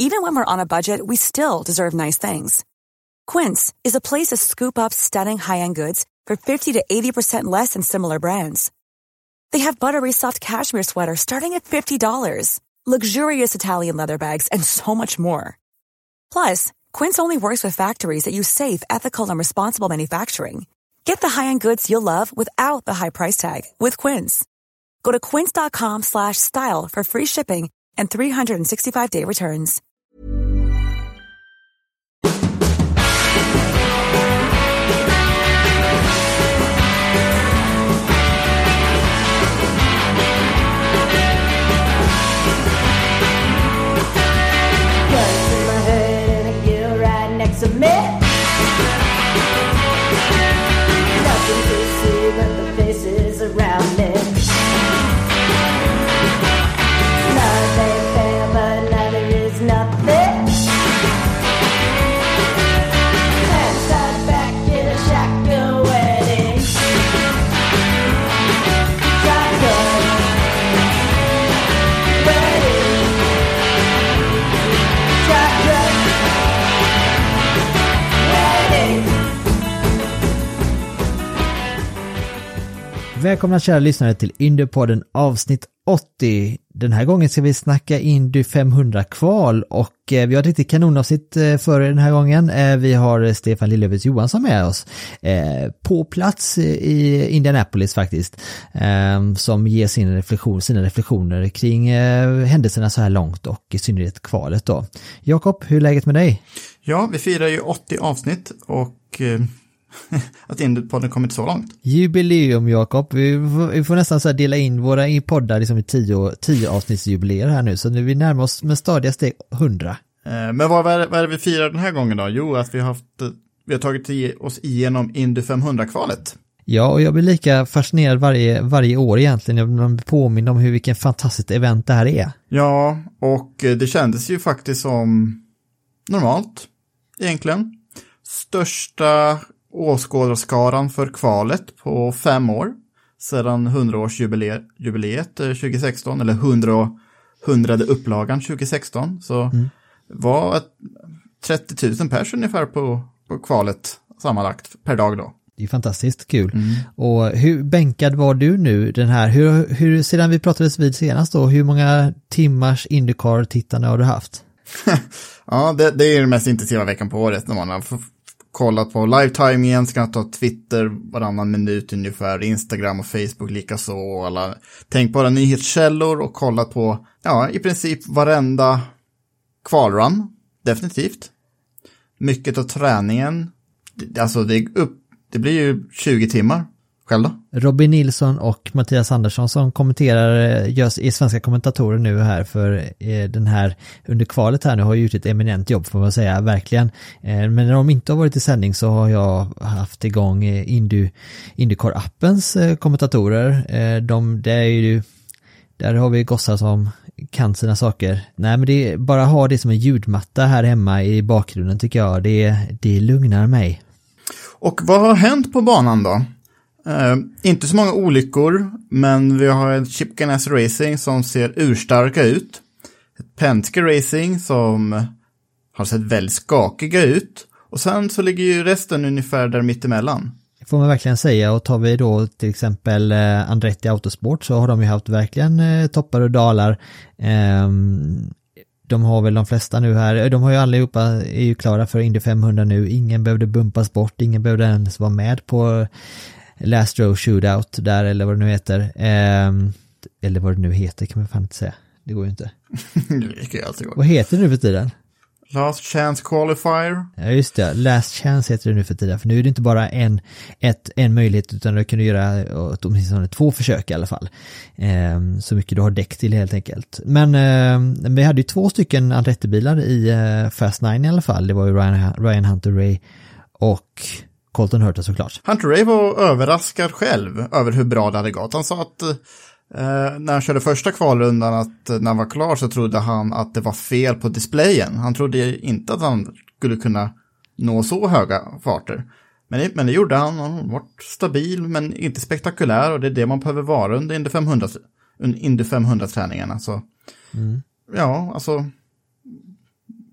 Even when we're on a budget, we still deserve nice things. Quince is a place to scoop up stunning high-end goods for 50 to 80% less than similar brands. They have buttery soft cashmere sweaters starting at $50, luxurious Italian leather bags, and so much more. Plus, Quince only works with factories that use safe, ethical, and responsible manufacturing. Get the high-end goods you'll love without the high price tag with Quince. Go to quince.com/style for free shipping and 365-day returns. Submit. Nothing to see but the faces around me. Nothing fair, but another is nothing. And start back in a shotgun wedding. Shotgun wedding. Shotgun. Välkomna kära lyssnare till Indypodden avsnitt 80. Den här gången ska vi snacka Indy 500 kval och vi har ett riktigt kanonavsnitt för den här gången. Vi har Stefan Lillövitz Johansson med oss på plats i Indianapolis faktiskt, som ger sina reflektioner kring händelserna så här långt och i synnerhet kvalet då. Jakob, hur är läget med dig? Ja, vi firar ju 80 avsnitt och att Indypodden kommit så långt. Jubileum, Jakob. Vi får nästan så här dela in våra poddar liksom i 10 avsnittsjubileer här nu. Så nu vi närmar oss med stadiga steg 100. Men vad är det vi firar den här gången då? Jo, att vi har tagit oss igenom Indy 500-kvalet. Ja, och jag blir lika fascinerad varje år egentligen. Jag blir påmind om vilken fantastiskt event det här är. Ja, och det kändes ju faktiskt som normalt egentligen. Största åskådarskaran för kvalet på 5 år sedan 100-årsjubileet 2016 eller 100:e upplagan 2016, så var 30 000 personer ungefär på kvalet sammanlagt per dag då. Det är fantastiskt kul. Och hur bänkad var du nu den här? Hur sedan vi pratades vid senast då, hur många timmars IndyCar-tittande har du haft? Ja, det är den mest intensiva veckan på året när man har kollat på live-timingen, ska ta Twitter varannan minut ungefär, Instagram och Facebook likaså. Tänk på alla nyhetskällor och kolla på i princip varenda kvalrun, definitivt. Mycket av träningen, alltså det blir ju 20 timmar. Själv då? Robin Nilsson och Mattias Andersson som kommenterar i svenska kommentatorer nu här för den här under kvalet här nu har gjort ett eminent jobb får man säga, verkligen. Men när de inte har varit i sändning så har jag haft igång IndyCar-appens kommentatorer. Där har vi gossar som kan sina saker. Nej, men det är bara att ha det som en ljudmatta här hemma i bakgrunden tycker jag. Det lugnar mig. Och vad har hänt på banan då? Inte så många olyckor, men vi har en Chip Ganassi Racing som ser urstarka ut. Ett Penske Racing som har sett väldigt skakiga ut. Och sen så ligger ju resten ungefär där mittemellan. Det får man verkligen säga, och tar vi då till exempel Andretti Autosport så har de ju haft verkligen toppar och dalar. De har väl de flesta nu här, de har ju allihopa är ju klara för Indy 500 nu. Ingen behövde bumpas bort, ingen behövde ens vara med på Last Row Shootout där eller vad det nu heter. Eller vad det nu heter kan man fan inte säga. Det går ju inte. Det kan ju alltid gå. Vad heter det nu för tiden? Last Chance Qualifier. Ja just det, Last Chance heter det nu för tiden. För nu är det inte bara en möjlighet utan du kan göra åtminstone 2 försök i alla fall. Så mycket du har däck till helt enkelt. Men vi hade ju 2 stycken Andretti-bilar i Fast 9 i alla fall. Det var ju Ryan Hunter-Reay och Colton Herta såklart. Hunter-Reay var överraskad själv över hur bra det hade gått. Han sa att när han körde första kvalrundan att när han var klar så trodde han att det var fel på displayen. Han trodde inte att han skulle kunna nå så höga farter. Men det gjorde han. Han var stabil men inte spektakulär, och det är det man behöver vara under Indy 500 träningarna. Så ja, alltså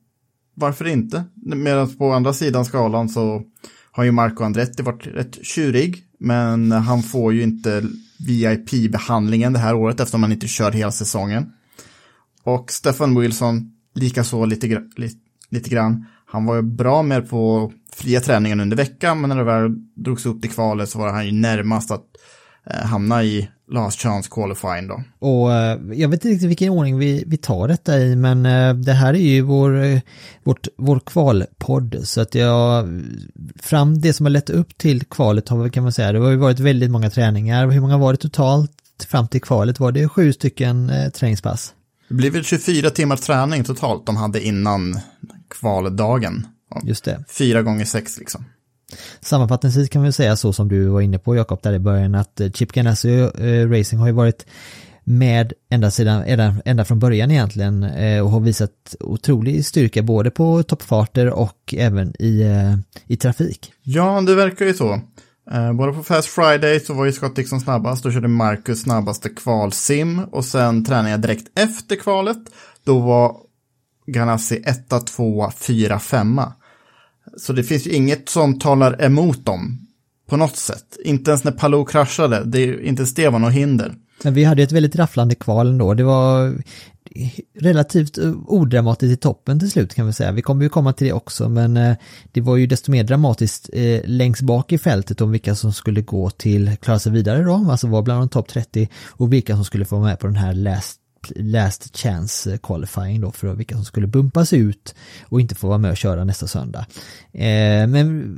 varför inte? Medan på andra sidan skalan så har ju Marco Andretti varit rätt tjurig, men han får ju inte VIP-behandlingen det här året eftersom han inte kör hela säsongen. Och Stefan Wilson likaså lite grann. Han var ju bra med på fria träningen under veckan, men när det väl drogs upp till kvalet så var han ju närmast att hamna i last chance qualifying då. Och jag vet inte riktigt vilken ordning vi tar detta i, men det här är ju vår kvalpodd, så att fram det som har lett upp till kvalet kan man säga, det har ju varit väldigt många träningar. Hur många var det totalt fram till kvalet? Var det 7 stycken träningspass? Det blir väl 24 timmar träning totalt de hade innan kvaldagen. Just det. 4 gånger 6 liksom. Sammanfattningsvis kan vi säga så som du var inne på, Jakob, där i början, att Chip Ganassi Racing har ju varit med ända från början egentligen och har visat otrolig styrka både på toppfarter och även i trafik. Ja, det verkar ju så. Både på Fast Friday så var ju Scott Dixon snabbast, då körde Marcus snabbaste kvalsim, och sen träningen direkt efter kvalet, då var Ganassi 1, 2, 4, 5. Så det finns ju inget som talar emot dem på något sätt. Inte ens när Palou kraschade, inte det var något hinder. Men vi hade ett väldigt rafflande kval ändå. Det var relativt odramatiskt i toppen till slut, kan vi säga. Vi kommer ju komma till det också, men det var ju desto mer dramatiskt längst bak i fältet om vilka som skulle gå till klara sig vidare då, alltså var bland de topp 30, och vilka som skulle få med på den här last chance qualifying då, för vilka som skulle bumpas ut och inte få vara med och köra nästa söndag. Men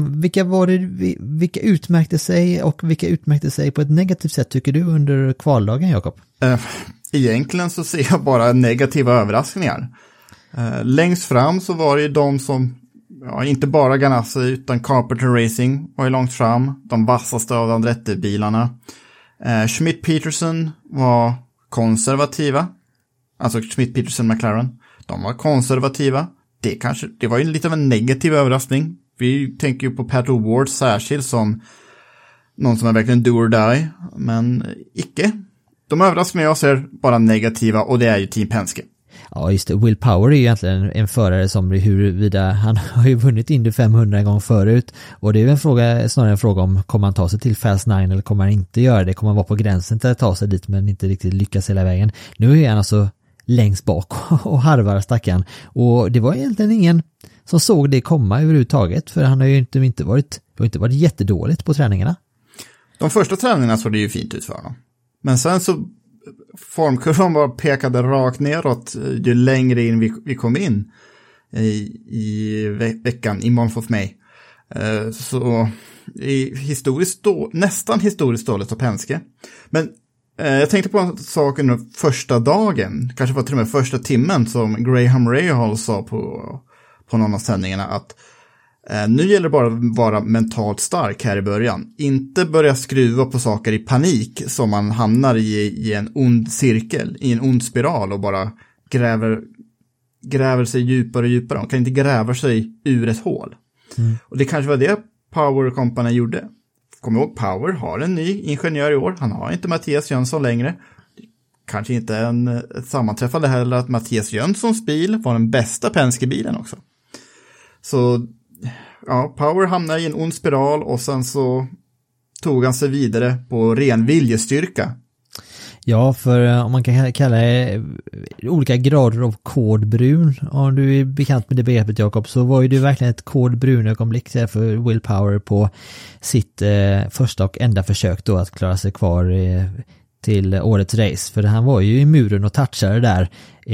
vilka utmärkte sig, och vilka utmärkte sig på ett negativt sätt tycker du under kvaldagen, Jakob? Egentligen så ser jag bara negativa överraskningar. Längst fram så var det ju de som, inte bara Ganassi utan Carpenter Racing var ju långt fram, de vassaste av Andretti-bilarna. Schmidt-Peterson var konservativa, alltså Schmidt-Peterson McLaren, de var konservativa. Det var ju lite av en negativ överraskning. Vi tänker ju på Pat O'Ward särskilt som någon som är verkligen do or die, men icke. De överraskningar jag ser bara negativa, och det är ju Team Penske. Ja, just det. Will Power är ju egentligen en förare som huruvida han har ju vunnit Indy 500 en gång förut, och det är ju snarare en fråga om kommer han ta sig till Fast 9 eller kommer han inte göra det, kommer han vara på gränsen till att ta sig dit men inte riktigt lyckas hela vägen. Nu är han alltså längst bak och harvar stackan, och det var egentligen ingen som såg det komma överhuvudtaget, för han har ju inte varit jättedåligt på träningarna. De första träningarna såg det ju fint ut för honom, men sen så formkurvan bara pekade rakt neråt ju längre in vi kom in i veckan i Month of May. Så nästan historiskt dåligt av Penske. Men jag tänkte på en sak under första dagen, kanske var till och med första timmen, som Graham Rahal sa på någon av sändningarna, att nu gäller det bara att vara mentalt stark här i början. Inte börja skruva på saker i panik som man hamnar i en ond cirkel, i en ond spiral, och bara gräver sig djupare och djupare. Man kan inte gräva sig ur ett hål. Och det kanske var det Power Company gjorde. Kom ihåg, Power har en ny ingenjör i år. Han har inte Mattias Jönsson längre. Kanske inte ett sammanträffande heller att Mattias Jönssons bil var den bästa Penske-bilen också. Så ja, Power hamnade i en ond spiral, och sen så tog han sig vidare på ren viljestyrka. Ja, för om man kan kalla det olika grader av kodbrun, om du är bekant med det begreppet, Jakob, så var ju det verkligen ett kodbrun ögonblick för Will Power på sitt första och enda försök då att klara sig kvar till årets race, för han var ju i muren och touchade där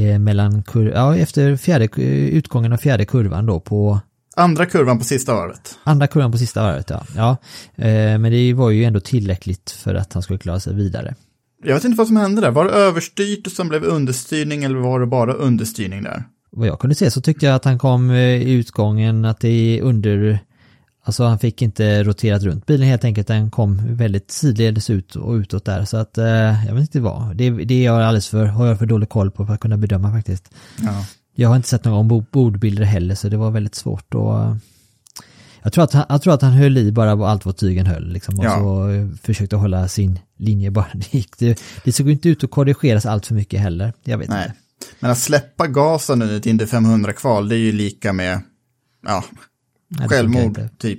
efter utgången av fjärde kurvan då på andra kurvan på sista varvet. Ja. Men det var ju ändå tillräckligt för att han skulle klara sig vidare. Jag vet inte vad som hände där. Var det överstyrt och som blev understyrning, eller var det bara understyrning där? Vad jag kunde se så tyckte jag att han kom i utgången att det är alltså han fick inte roterat runt bilen helt enkelt. Den kom väldigt sidledes ut och utåt där, så att jag vet inte vad. Det har jag för dålig koll på för att kunna bedöma faktiskt. Ja. Jag har inte sett någon bordbilder heller, så det var väldigt svårt att... Jag tror att han höll i bara allt vad tygen höll liksom, och så försökte hålla sin linje bara. Det såg inte ut att korrigeras allt för mycket heller. Jag vet inte. Men att släppa gasen under ett Indy 500-kval, det är ju lika med, ja, självmord typ.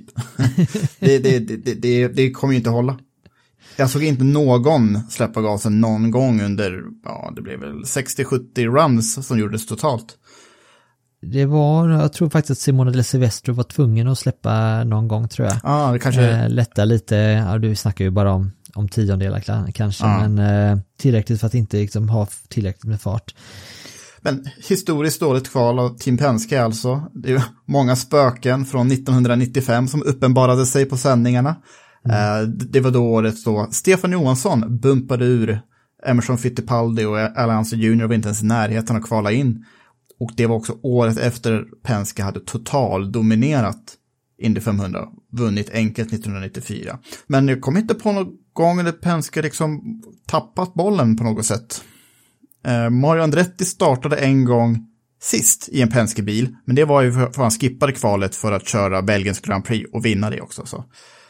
det kommer ju inte hålla. Jag såg inte någon släppa gasen någon gång under, ja, det blev väl 60-70 runs som gjordes totalt. Det var, jag tror faktiskt att Simone De Silvestro var tvungen att släppa någon gång, tror jag. Ja, det kanske... lätta lite, ja, du snackar ju bara om tiondelar kanske, men tillräckligt för att inte liksom ha tillräckligt med fart. Men historiskt dåligt kval av Team Penske alltså. Det är ju många spöken från 1995 som uppenbarade sig på sändningarna. Det var då året då Stefan Johansson bumpade ur Emerson Fittipaldi och Alonso Junior var inte ens i närheten att kvala in. Och det var också året efter Penske hade total dominerat Indy 500, vunnit enkelt 1994. Men jag kom inte på någon gång där Penske liksom tappat bollen på något sätt. Mario Andretti startade en gång sist i en Penske-bil, men det var ju för att han skippade kvalet för att köra Belgiens Grand Prix och vinna det också. Så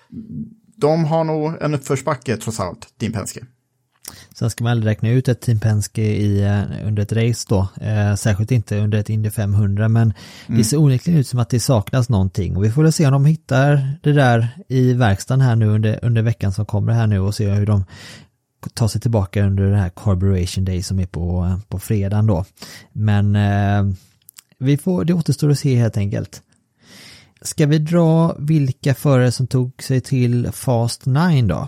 de har nog en uppförsbacke trots allt, Team Penske. Sen ska man aldrig räkna ut ett Team Penske under ett race då, särskilt inte under ett Indy 500, men det ser onekligen ut som att det saknas någonting, och vi får se om de hittar det där i verkstaden här nu under veckan som kommer här nu, och se hur de tar sig tillbaka under det här Carburation Day som är på fredagen då. Men det återstår att se helt enkelt. Ska vi dra vilka förare som tog sig till Fast 9 då?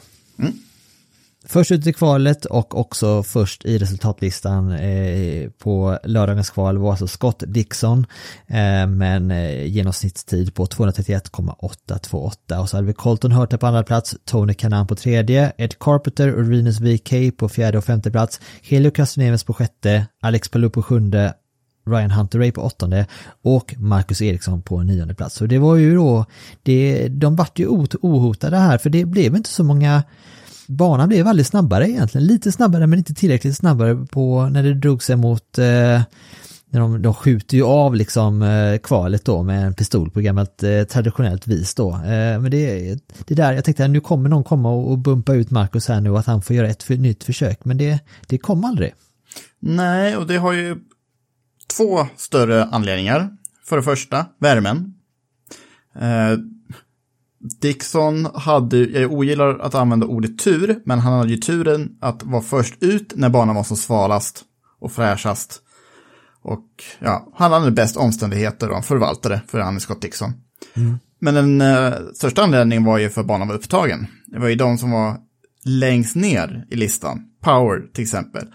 Först ut i kvalet och också först i resultatlistan på lördagens kval var alltså Scott Dixon med en genomsnittstid på 231,828, och så hade vi Colton Herta på andra plats, Tony Kanaan på tredje, Ed Carpenter och Rinus VK på fjärde och femte plats, Helio Castroneves på sjätte, Alex Palou på sjunde, Ryan Hunter-Reay på åttonde och Marcus Eriksson på nionde plats. Så det var ju då, de vart ju ohotade här, för det blev inte så många. Banan blev väldigt snabbare egentligen, lite snabbare men inte tillräckligt snabbare på när det drog sig mot när de skjuter ju av liksom kvalet då med en pistol på gammalt traditionellt vis då. Men det där, jag tänkte att nu kommer någon komma och bumpa ut Marcus här nu och att han får göra ett nytt försök, men det kom aldrig. Nej, och det har ju två större anledningar. För det första, värmen. Dixon jag ogillar att använda ordet tur, men han hade ju turen att vara först ut när banan var som svalast och fräschast. Och ja, han hade bäst omständigheter och förvaltare för han är Scott Dixon. Men den största anledningen var ju för banan var upptagen. Det var ju de som var längst ner i listan. Power till exempel,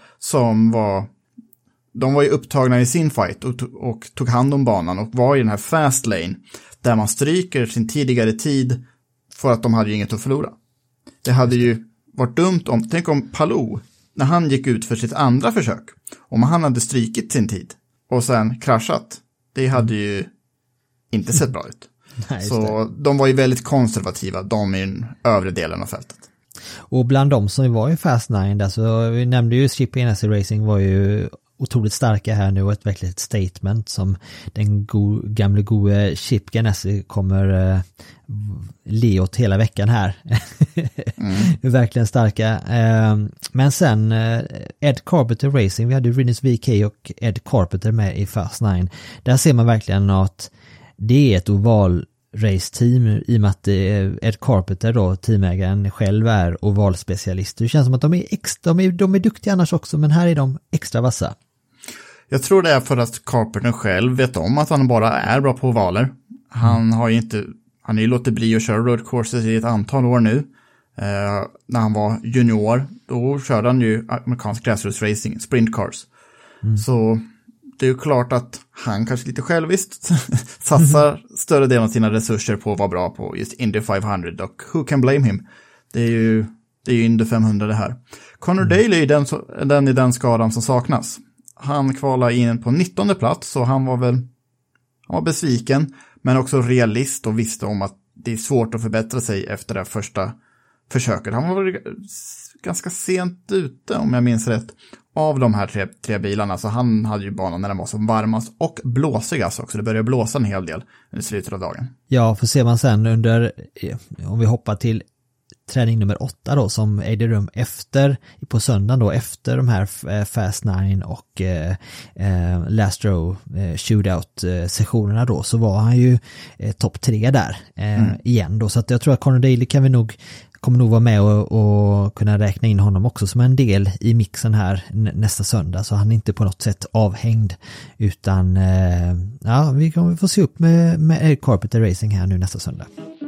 de var ju upptagna i sin fight och tog hand om banan och var i den här fast lane där man stryker sin tidigare tid för att de hade ju inget att förlora. Det hade ju varit dumt tänk om Palou, när han gick ut för sitt andra försök, om han hade strykit sin tid och sen kraschat, det hade ju inte sett bra ut. Nej, så de var ju väldigt konservativa, de i den övre delen av fältet. Och bland dem som var i Fast 9 där, så vi nämnde ju Chip Ganassi Racing var ju otroligt starka här nu, och ett verkligt statement som den gamla gode Chip Ganassi kommer le åt hela veckan här. Verkligen starka. Men sen Ed Carpenter Racing, vi hade Rinus VK och Ed Carpenter med i Fast 9. Där ser man verkligen att det är ett oval raceteam, i och med att Ed Carpenter då, teamägaren själv, är ovalspecialist. Det känns som att de är duktiga annars också, men här är de extra vassa. Jag tror det är för att Carpenter själv vet om att han bara är bra på ovaler. Han har ju låtit bli att köra road courses i ett antal år nu. När han var junior, då körde han ju amerikansk grassroots racing, sprint cars. Så det är ju klart att han kanske lite själviskt satsar större delen av sina resurser på att vara bra på just Indy 500, och who can blame him? Det är ju Indy 500 det här. Conor Daly är den i den skadan som saknas. Han kvalade in på 19:e plats, så han var besviken, men också realist och visste om att det är svårt att förbättra sig efter det första försöket. Han var ganska sent ute, om jag minns rätt, av de här tre bilarna, så han hade ju banan när den var som varmast och blåsigast också. Det började blåsa en hel del i slutet av dagen. Ja, för ser man sen om vi hoppar till träning nummer 8 då som ägde rum på söndagen då efter de här Fast 9 och Last Row shootout sessionerna då, så var han ju topp 3 där igen då, så att jag tror att Conor Daly kommer nog vara med och kunna räkna in honom också som en del i mixen här nästa söndag, så han är inte på något sätt avhängd, utan vi kommer få se upp med Eric Carpenter Racing här nu nästa söndag.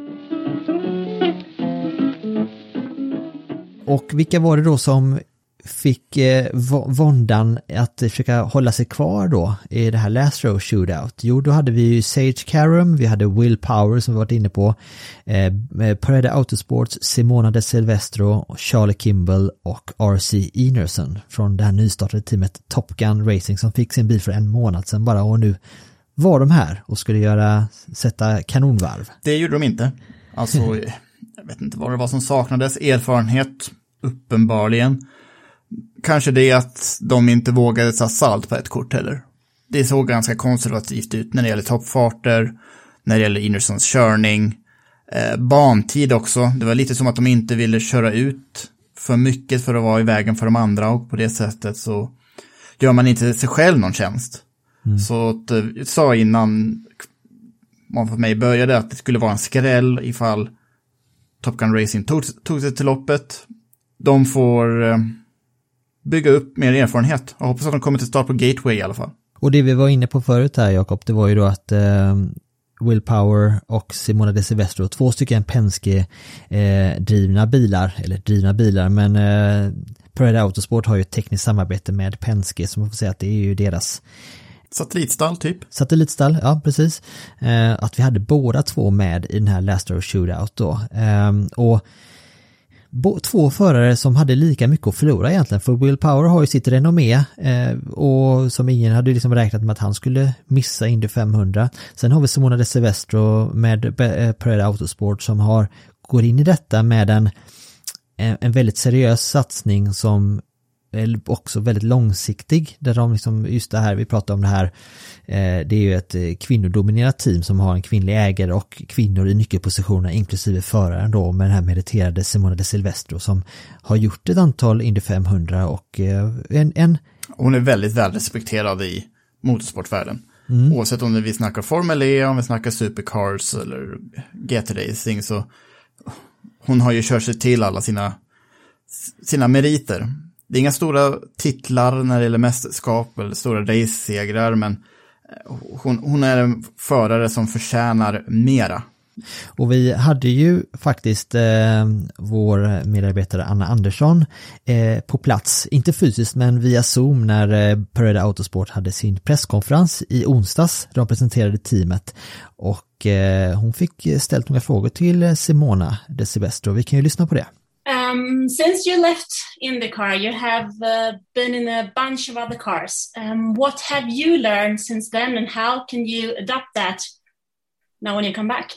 Och vilka var det då som fick våndan att försöka hålla sig kvar då i det här Last Row shootout? Jo, då hade vi ju Sage Karam, vi hade Will Power som vi varit inne på, Parade Autosports, Simona De Silvestro, Charlie Kimball och RC Enerson från det här nystartade teamet Top Gun Racing som fick sin bil för en månad sedan bara, och nu var de här och skulle sätta kanonvarv. Det gjorde de inte. Alltså, jag vet inte vad det var som saknades. Erfarenhet, uppenbarligen. Kanske det att de inte vågade ta salt på ett kort heller. Det såg ganska konservativt ut när det gäller toppfarter, när det gäller Enersons körning, bantid också. Det var lite som att de inte ville köra ut för mycket för att vara i vägen för de andra, och på det sättet så gör man inte sig själv någon tjänst. Så att, jag sa innan man för mig började att det skulle vara en skräll ifall Top Gun Racing tog sig till loppet. De får bygga upp mer erfarenhet. Jag hoppas att de kommer till start på Gateway i alla fall. Och det vi var inne på förut här, Jakob, det var ju då att Will Power och Simona De Silvestro, 2 stycken Penske drivna bilar, men Parade Autosport har ju ett tekniskt samarbete med Penske, som man får säga att det är ju deras satellitstall typ. Satellitstall, ja precis. Att vi hade båda 2 med i den här Last Row shootout då. Och 2 förare som hade lika mycket att förlora egentligen, för Will Power har ju sitt renommé och som ingen hade liksom räknat med att han skulle missa Indy 500. Sen har vi Simona De Silvestro med Parade Autosport som går in i detta med en väldigt seriös satsning som är också väldigt långsiktig, där de liksom, just det här vi pratar om det här, det är ju ett kvinnodominerat team som har en kvinnlig ägare och kvinnor i nyckelpositioner inklusive föraren då, med den här meriterade Simona De Silvestro som har gjort ett antal Indy 500 och hon är väldigt väl respekterad i motorsportvärlden. Oavsett om vi snackar Formel E, om vi snackar Supercars eller GT-racing, så hon har ju kört sig till alla sina meriter. Det är inga stora titlar när det gäller mästerskap eller stora race-segrar, men hon är en förare som förtjänar mera. Och vi hade ju faktiskt vår medarbetare Anna Andersson på plats, inte fysiskt men via Zoom, när Parade Autosport hade sin presskonferens i onsdags. De presenterade teamet och hon fick ställt några frågor till Simona De Silvestro. Vi kan ju lyssna på det. Since you left IndyCar, you have been in a bunch of other cars. What have you learned since then, and how can you adopt that now when you come back?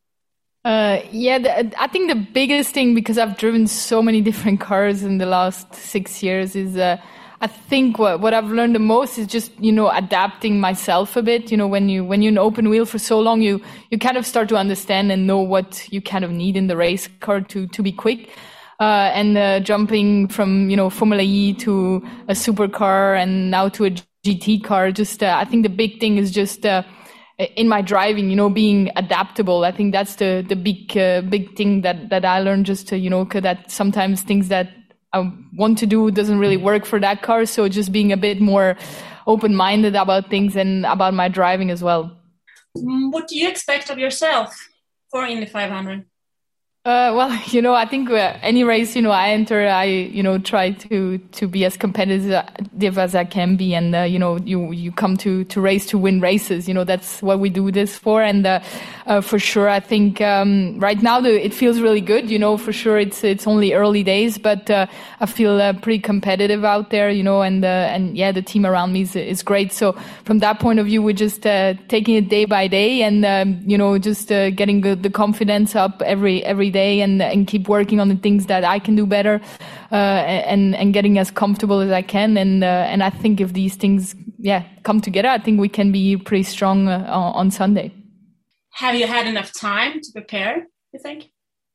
I think the biggest thing, because I've driven so many different cars in the last 6 years, is I think what I've learned the most is just, adapting myself a bit. When you're in open wheel for so long, you kind of start to understand and know what you kind of need in the race car to be quick. And jumping from, Formula E to a supercar and now to a GT car, just I think the big thing is just in my driving, being adaptable. I think that's the big thing that I learned, just to, that sometimes things that I want to do doesn't really work for that car. So just being a bit more open-minded about things and about my driving as well. What do you expect of yourself for Indy 500? I think any race, I enter, I, try to be as competitive as I can be. And, you come to race to win races, that's what we do this for. And, for sure, I think, right now it feels really good, for sure it's only early days, but, I feel, pretty competitive out there, and the team around me is great. So from that point of view, we're just, taking it day by day and, just, getting the confidence up every day and keep working on the things that I can do better, and getting as comfortable as I can. And I think if these things, come together, I think we can be pretty strong on Sunday. Have you had enough time to prepare, you think?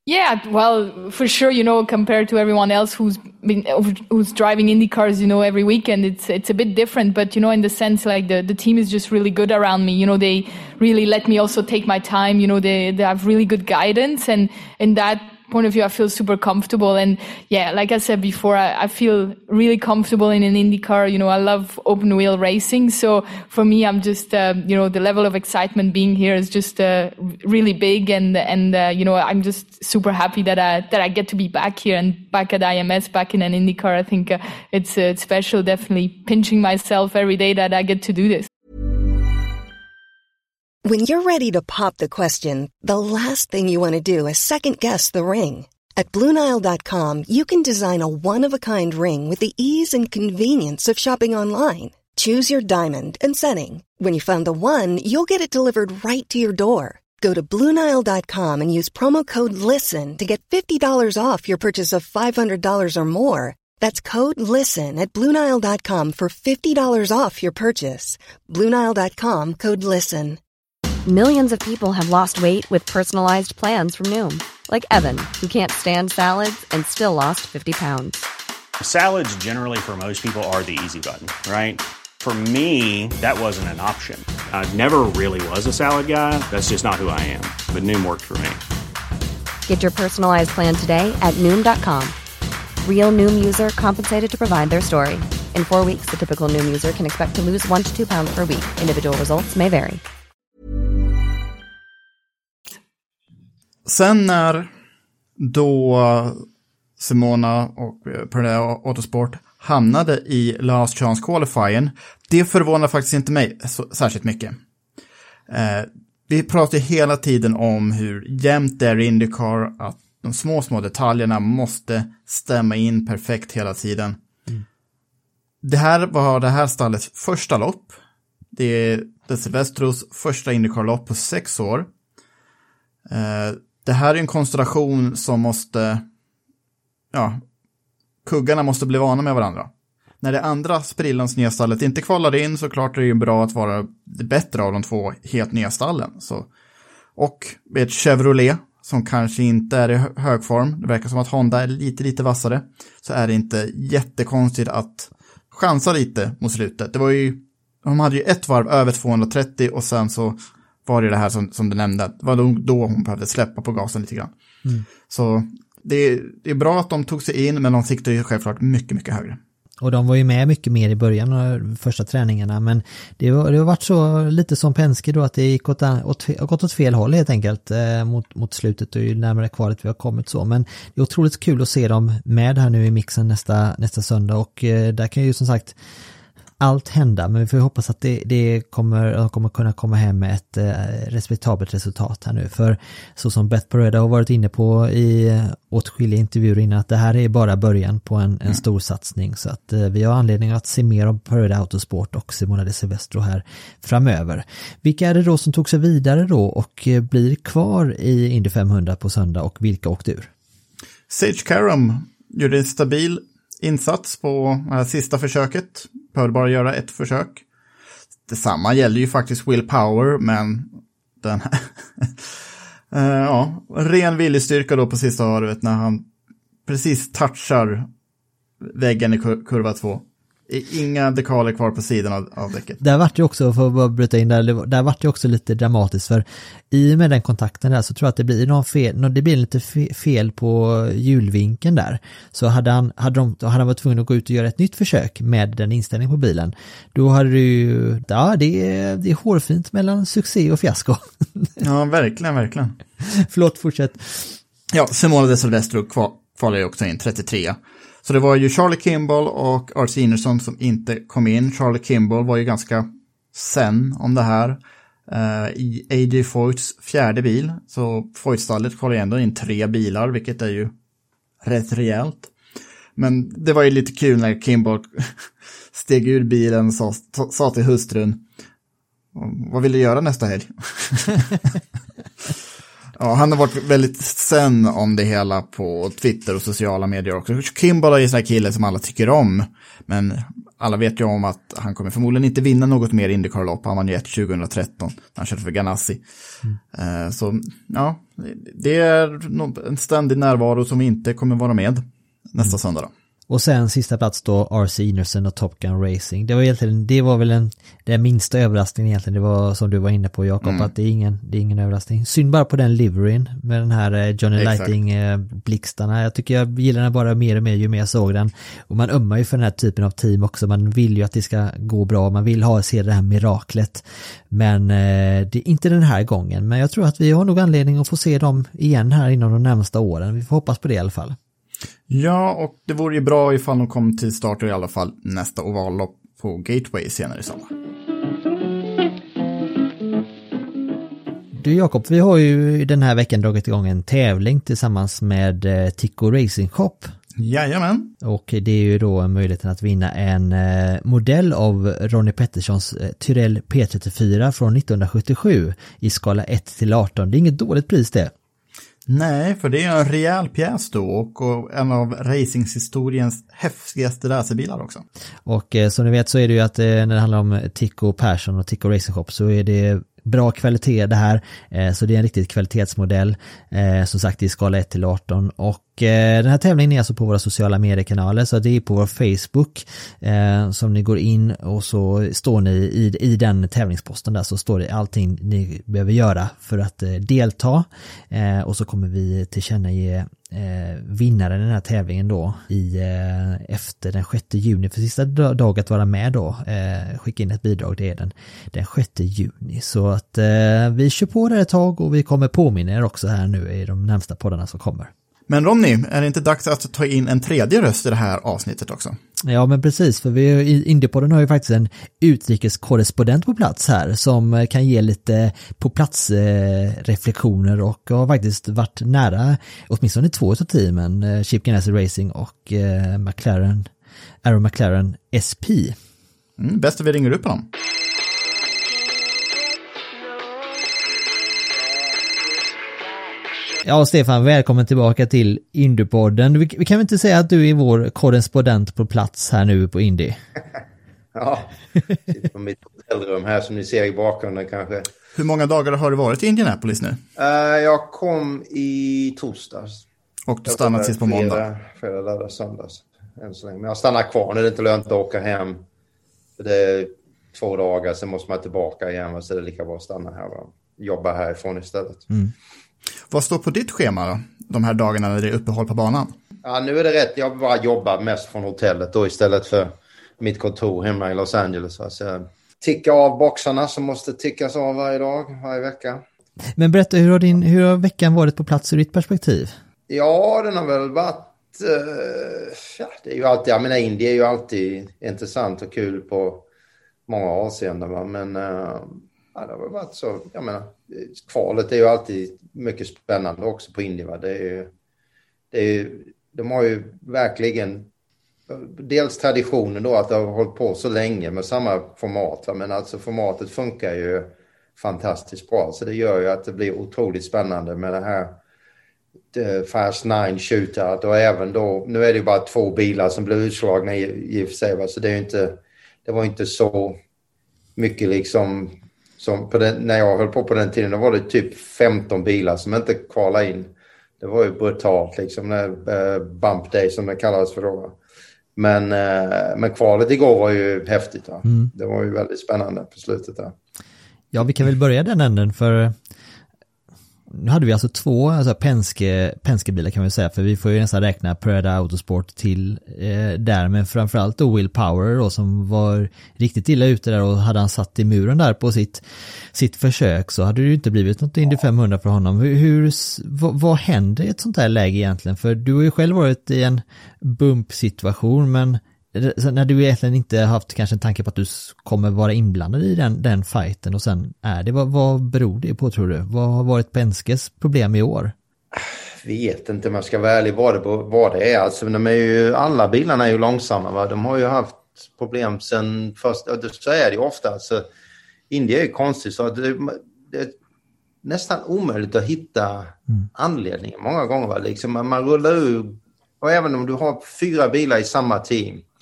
Yeah, well, for sure, you know, compared to everyone else who's driving Indy cars, you know, every weekend, it's a bit different. But, you know, in the sense, like, the team is just really good around me. You know, they really let me also take my time. You know, they have really good guidance. And in that point of view, I feel super comfortable. And yeah, like I said before, I feel really comfortable in an Indy car. You know, I love open wheel racing. So for me, I'm just, you know, the level of excitement being here is just really big. And you know, I'm just super happy that I get to be back here and back at IMS, back in an Indy car. I think it's special, definitely pinching myself every day that I get to do this. When you're ready to pop the question, the last thing you want to do is second-guess the ring. At BlueNile.com, you can design a one-of-a-kind ring with the ease and convenience of shopping online. Choose your diamond and setting. When you find the one, you'll get it delivered right to your door. Go to BlueNile.com and use promo code LISTEN to get $50 off your purchase of $500 or more. That's code LISTEN at BlueNile.com for $50 off your purchase. BlueNile.com, code LISTEN. Millions of people have lost weight with personalized plans from Noom. Like Evan, who can't stand salads and still lost 50 pounds. Salads generally for most people are the easy button, right? For me, that wasn't an option. I never really was a salad guy. That's just not who I am. But Noom worked for me. Get your personalized plan today at Noom.com. Real Noom user compensated to provide their story. In 4 weeks, the typical Noom user can expect to lose 1 to 2 pounds per week. Individual results may vary. Sen när då Simona och Purdue Autosport hamnade i Last Chance Qualifying, det förvånar faktiskt inte mig särskilt mycket. Vi pratar hela tiden om hur jämnt det är i IndyCar, att de små detaljerna måste stämma in perfekt hela tiden. Det här var det här stallets första lopp. Det är de Silvestros första IndyCar-lopp på 6 år. Det här är en konstellation som måste, kuggarna måste bli vana med varandra. När det andra sprillans nya stallet inte kvalar in, så klart är det ju bra att vara det bättre av de två helt nya stallen. Så. Och med ett Chevrolet som kanske inte är i hög form, det verkar som att Honda är lite vassare, så är det inte jättekonstigt att chansa lite mot slutet. Det var ju, de hade ju ett varv över 230 och sen så var det här som du nämnde. Det var då hon behövde släppa på gasen lite grann. Så det är bra att de tog sig in, men de siktade ju självklart mycket högre. Och de var ju med mycket mer i början av första träningarna, men det har varit så lite som Penske då, att det gick gått åt fel håll helt enkelt mot slutet och ju närmare kvalet vi har kommit så. Men det är otroligt kul att se dem med här nu i mixen nästa söndag, och där kan ju som sagt allt hända, men vi får hoppas att de kommer kunna komma hem med ett respektabelt resultat här nu. För så som Beth Pareda har varit inne på i åtskilliga intervjuer innan, att det här är bara början på en stor satsning, så att vi har anledning att se mer av Pareda Autosport och Simona de Silvestro här framöver. Vilka är det då som tog sig vidare då och blir kvar i Indy 500 på söndag, och vilka åkte ur? Sage Karam gjorde en stabil insats på sista försöket. Behövde bara göra ett försök. Detsamma gäller ju faktiskt Will Power, men den ren viljestyrka då på sista varvet när han precis touchar väggen i kurva 2. Inga dekaler kvar på sidan av däcket. Där vart det också, för att bryta in där vart det också lite dramatiskt, för i och med den kontakten där så tror jag att det blir lite fel på hjulvinkeln där. Så hade han varit tvungen att gå ut och göra ett nytt försök med den inställningen på bilen, då hade det är hårfint mellan succé och fiasko. Ja, verkligen. Förlåt, fortsätt. Ja, Simona de Silvestro kvalade också in 33. Så det var ju Charlie Kimball och R.C. Enerson som inte kom in. Charlie Kimball var ju ganska sen om det här i A.J. Foyts fjärde bil. Så Foyt-stallet kvalade ändå in 3 bilar, vilket är ju rätt rejält. Men det var ju lite kul när Kimball steg ur bilen och sa till hustrun: vad vill du göra nästa helg? Ja, han har varit väldigt sen om det hela på Twitter och sociala medier också. Kimball är ju en sån här kille som alla tycker om, men alla vet ju om att han kommer förmodligen inte vinna något mer IndyCar-lopp. Han vann ju 2013 när han körde för Ganassi. Så ja, det är en ständig närvaro som inte kommer vara med nästa söndag då. Och sen sista plats då RC Inersson och Top Gun Racing. Det var väl den minsta överraskningen egentligen. Det var som du var inne på, Jakob, att det är ingen överraskning. Synd bara på den liveryn med den här Johnny Lighting-blixtarna. Jag tycker jag gillar den bara mer och mer ju mer jag såg den. Och man ömmar ju för den här typen av team också. Man vill ju att det ska gå bra. Man vill se det här miraklet. Men det är inte den här gången. Men jag tror att vi har nog anledning att få se dem igen här inom de närmaste åren. Vi får hoppas på det i alla fall. Ja, och det vore ju bra ifall de kom till starter i alla fall nästa ovallopp på Gateway senare i sommar. Du Jakob, vi har ju den här veckan dragit igång en tävling tillsammans med Tico Racing Shop. Jajamän. Och det är ju då möjligheten att vinna en modell av Ronnie Petterssons Tyrrell P34 från 1977 i skala 1-18. Det är inget dåligt pris det. Nej, för det är en rejäl pjäs då och en av racingshistoriens häftigaste racerbilar också. Och som ni vet så är det ju att när det handlar om Tico Persson och Tico Racing Shop så är det bra kvalitet det här, så det är en riktigt kvalitetsmodell, som sagt i skala 1-18, och den här tävlingen är alltså på våra sociala mediekanaler, så det är på vår Facebook som ni går in och så står ni i den tävlingsposten där, så står det allting ni behöver göra för att delta, och så kommer vi tillkännage vinnaren i den här tävlingen då efter den 6 juni, för sista dag att vara med då, skicka in ett bidrag, det är den 6 juni, så att vi kör på det ett tag och vi kommer påminna er också här nu i de närmsta poddarna som kommer. Men Ronny, är det inte dags att ta in en tredje röst i det här avsnittet också? Ja, men precis, för i Indypodden har ju faktiskt en utrikeskorrespondent på plats här som kan ge lite på plats reflektioner, och har faktiskt varit nära åtminstone 2 av teamen, Chip Ganassi Racing och Aaron McLaren SP. Bäst att vi ringer upp dem. Ja, Stefan, välkommen tillbaka till Indypodden. Vi kan väl inte säga att du är vår korrespondent på plats här nu på Indy? Ja, sitter på mitt hotellrum här som ni ser i bakgrunden kanske. Hur många dagar har du varit i Indianapolis nu? Jag kom i torsdags. Och du stannade sist på måndag? Fredag, lördag, söndags. Än så länge. Men jag stannar kvar när det inte lönt att åka hem. Det är 2 dagar, sen måste man tillbaka igen. Så det är lika bra att stanna här och jobba härifrån istället. Vad står på ditt schema då? De här dagarna när det är uppehåll på banan? Ja, nu är det rätt. Jag bara jobbar mest från hotellet då istället för mitt kontor hemma i Los Angeles. Alltså, ticka av boxarna som måste tickas av varje dag, varje vecka. Men berätta, hur har veckan varit på plats ur ditt perspektiv? Ja, den har väl varit... det är ju alltid... Jag menar, Indien är ju alltid intressant och kul på många avseenden. Va? Men det har varit så... Jag menar, kvalet är ju alltid mycket spännande också på Indien. Va? De har ju verkligen... Dels traditionen då att det har hållit på så länge med samma format. Va? Men alltså formatet funkar ju fantastiskt bra. Så det gör ju att det blir otroligt spännande med det här Fast 9 shootout. Och även då, nu är det ju bara 2 bilar som blev utslagna i och för sig. Va? Så det är ju inte, det var inte så mycket liksom som på den, när jag höll på den tiden. Då var det typ 15 bilar som inte kvalade in. Det var ju brutalt liksom, bump day som det kallades för då. Men kvalet igår var ju häftigt. Va? Det var ju väldigt spännande på slutet där. Ja, vi kan väl börja den änden, för nu hade vi alltså 2 Penske-bilar kan man säga, för vi får ju nästan räkna Prada Autosport till där, men framförallt då Will Power då, som var riktigt illa ute där, och hade han satt i muren där på sitt försök så hade det ju inte blivit något Indy 500 för honom. Vad händer i ett sånt här läge egentligen? För du har ju själv varit i en bump-situation, men när du egentligen inte haft kanske en tanke på att du kommer vara inblandad i den fighten, och sen är det, vad beror det på, tror du? Vad har varit Penskes problem i år? Vet inte, man ska vara ärlig vad det är. Alltså, alla bilarna är ju långsamma. Va? De har ju haft problem sen först, så är det ju ofta. Alltså, India är ju konstigt, så det är nästan omöjligt att hitta anledningen många gånger. Va? Liksom, man rullar ur, och även om du har 4 bilar i samma team,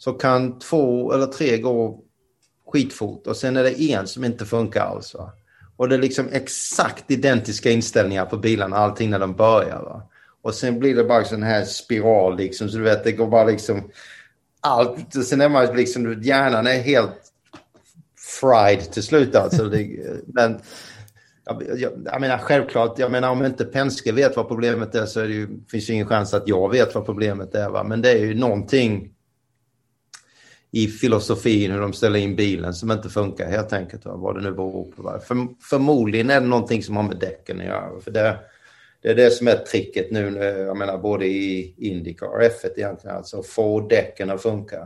så kan 2 eller 3 gå skitfort och sen är det en som inte funkar alls. Va? Och det är liksom exakt identiska inställningar på bilarna, allting när de börjar. Va? Och sen blir det bara sån här spiral liksom, så du vet, det går bara liksom allt. Och sen är man liksom, hjärnan är helt fried till slut alltså. Men jag menar självklart, om inte Penske vet vad problemet är så är det ju, finns ju ingen chans att jag vet vad problemet är. Va? Men det är ju någonting i filosofin hur de ställer in bilen som inte funkar helt enkelt. Va? Vad det nu beror på. Va? Förmodligen är det någonting som har med däcken att göra. För det är det som är tricket nu, jag menar både i IndyCar och F1 egentligen. Alltså få däcken att funka.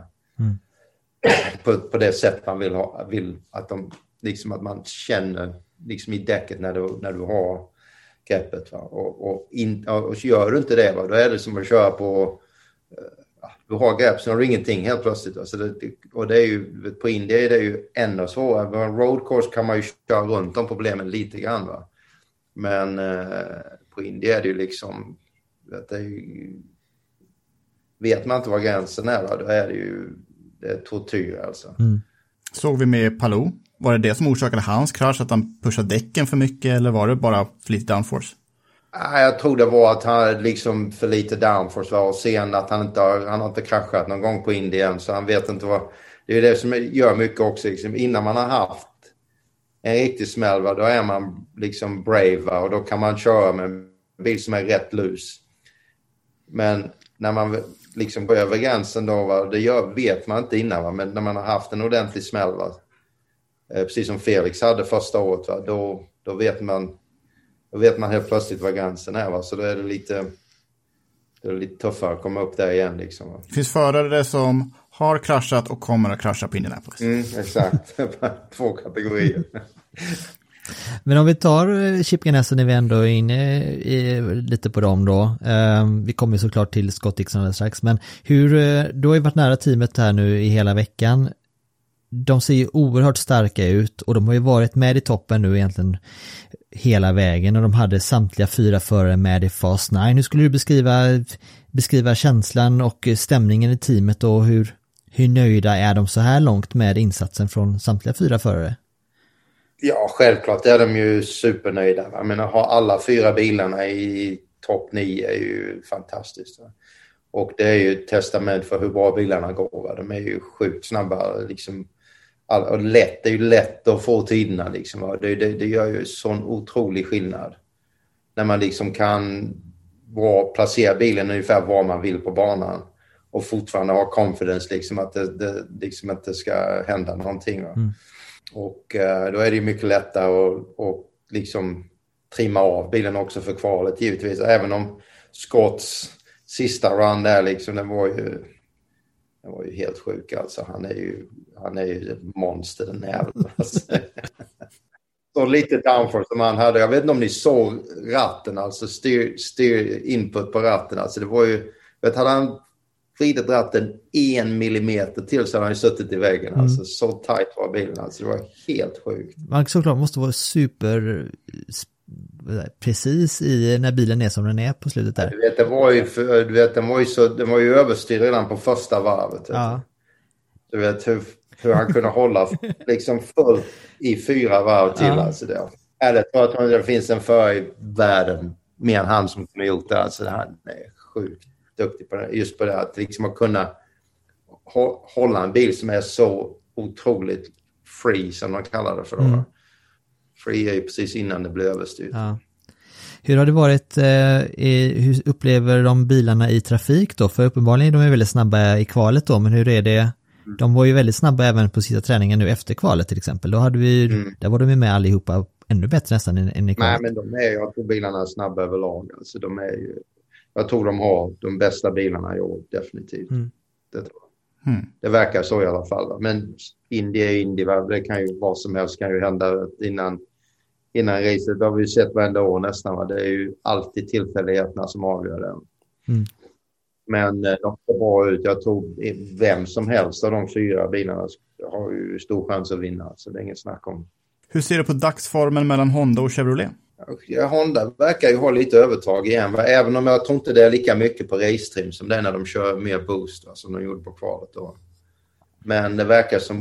På det sätt man vill att de, liksom att man känner liksom i däcket när du har greppet. Va? Och gör du inte det, va? Då är det som att köra på du har grepp så har du ingenting helt plötsligt. Va? Så och det är ju på Indy är det ju ännu svårare. På en road course kan man ju köra runt de problemen lite grann. Va? Men på Indy är det ju liksom vet man inte vad gränsen är, va? Då är det är tortyr alltså. Såg vi med Palou? Var det som orsakade hans krasch, att han pushade däcken för mycket, eller var det bara för lite downforce? Jag tror det var att han liksom för lite downforce var, och sen att han har inte kraschat någon gång på Indien, så han vet inte vad. Det är det som gör mycket också liksom, innan man har haft en riktig smäll, va, då är man liksom brave, va, och då kan man köra med en bil som är rätt lus. Men när man liksom går över gränsen då, va, vet man inte innan, va, men när man har haft en ordentlig smäll, va, precis som Felix hade första året, va, då vet man helt plötsligt vad gränsen är, va, så då är det lite tuffare att komma upp där igen liksom, va. Det finns förare som har kraschat och kommer att krascha på Indianapolis. Exakt, 2 kategorier. Men om vi tar Chip Ganassi när vi ändå är inne lite på dem då. Vi kommer såklart till Scott Dixon alldeles strax. Men du har ju varit nära teamet här nu i hela veckan. De ser ju oerhört starka ut och de har ju varit med i toppen nu egentligen hela vägen, och de hade samtliga 4 förare med i Fast 9. Hur skulle du beskriva känslan och stämningen i teamet, och hur nöjda är de så här långt med insatsen från samtliga 4 förare? Ja, självklart är de ju supernöjda. Jag menar, ha alla 4 bilarna i topp 9 är ju fantastiskt. Va? Och det är ju ett testament för hur bra bilarna går. Va? De är ju sjukt snabba. Liksom, och det är ju lätt att få tiderna. Liksom, va? Det gör ju sån otrolig skillnad. När man liksom kan placera bilen ungefär var man vill på banan. Och fortfarande ha confidence liksom, att det liksom inte ska hända någonting. Va? Och då är det ju mycket lättare att liksom trimma av bilen också för kvalet givetvis. Även om Scotts sista run där liksom, den var ju helt sjuk alltså. Han är ju ett monster, den jäveln. Alltså. Så lite downforce som han hade. Jag vet inte om ni såg ratten, alltså styr input på ratten. Alltså det var ju, hade han vridit ratten 1 millimeter till så hade han ju suttit i väggen. Alltså så tight var bilen. Alltså det var helt sjukt. Man såklart måste vara super precis i när bilen är som den är på slutet där. Du vet, den var ju överstyrd redan på första varvet. Ja. Du vet hur han kunde hålla liksom full i 4 varv till. Ja. Alltså det. Eller jag tror att det finns en för i världen mer än han som kunde gjort det. Alltså han är sjukt duktig på det. Just på det att liksom att kunna hålla en bil som är så otroligt free som de kallar det för då. Free är ju precis innan det blir överstyrt. Ja. Hur har det varit, hur upplever de bilarna i trafik då? För uppenbarligen är de väldigt snabba i kvalet då, men hur är det? De var ju väldigt snabba även på sista träningen nu efter kvalet till exempel. Då hade vi, där var de ju med allihopa ännu bättre nästan än i kvalet. Nej, men jag tror bilarna är snabba överlag. Alltså jag tror de har de bästa bilarna i år, definitivt. Det tror jag. Det verkar så i alla fall. Men Indy är Indy, det kan ju vad som helst kan ju hända innan racet. Det har vi ju sett varenda år nästan. Va? Det är ju alltid tillfälligheterna som avgör det. Men de ser bra ut. Jag tror vem som helst av de 4 bilarna har ju stor chans att vinna. Så det är inget snack om. Hur ser du på dagsformen mellan Honda och Chevrolet? Honda verkar ju ha lite övertag igen. Va? Även om jag tror inte det är lika mycket på racetrim som det är när de kör mer boost, va? Som de gjorde på kvalet då. Men det verkar som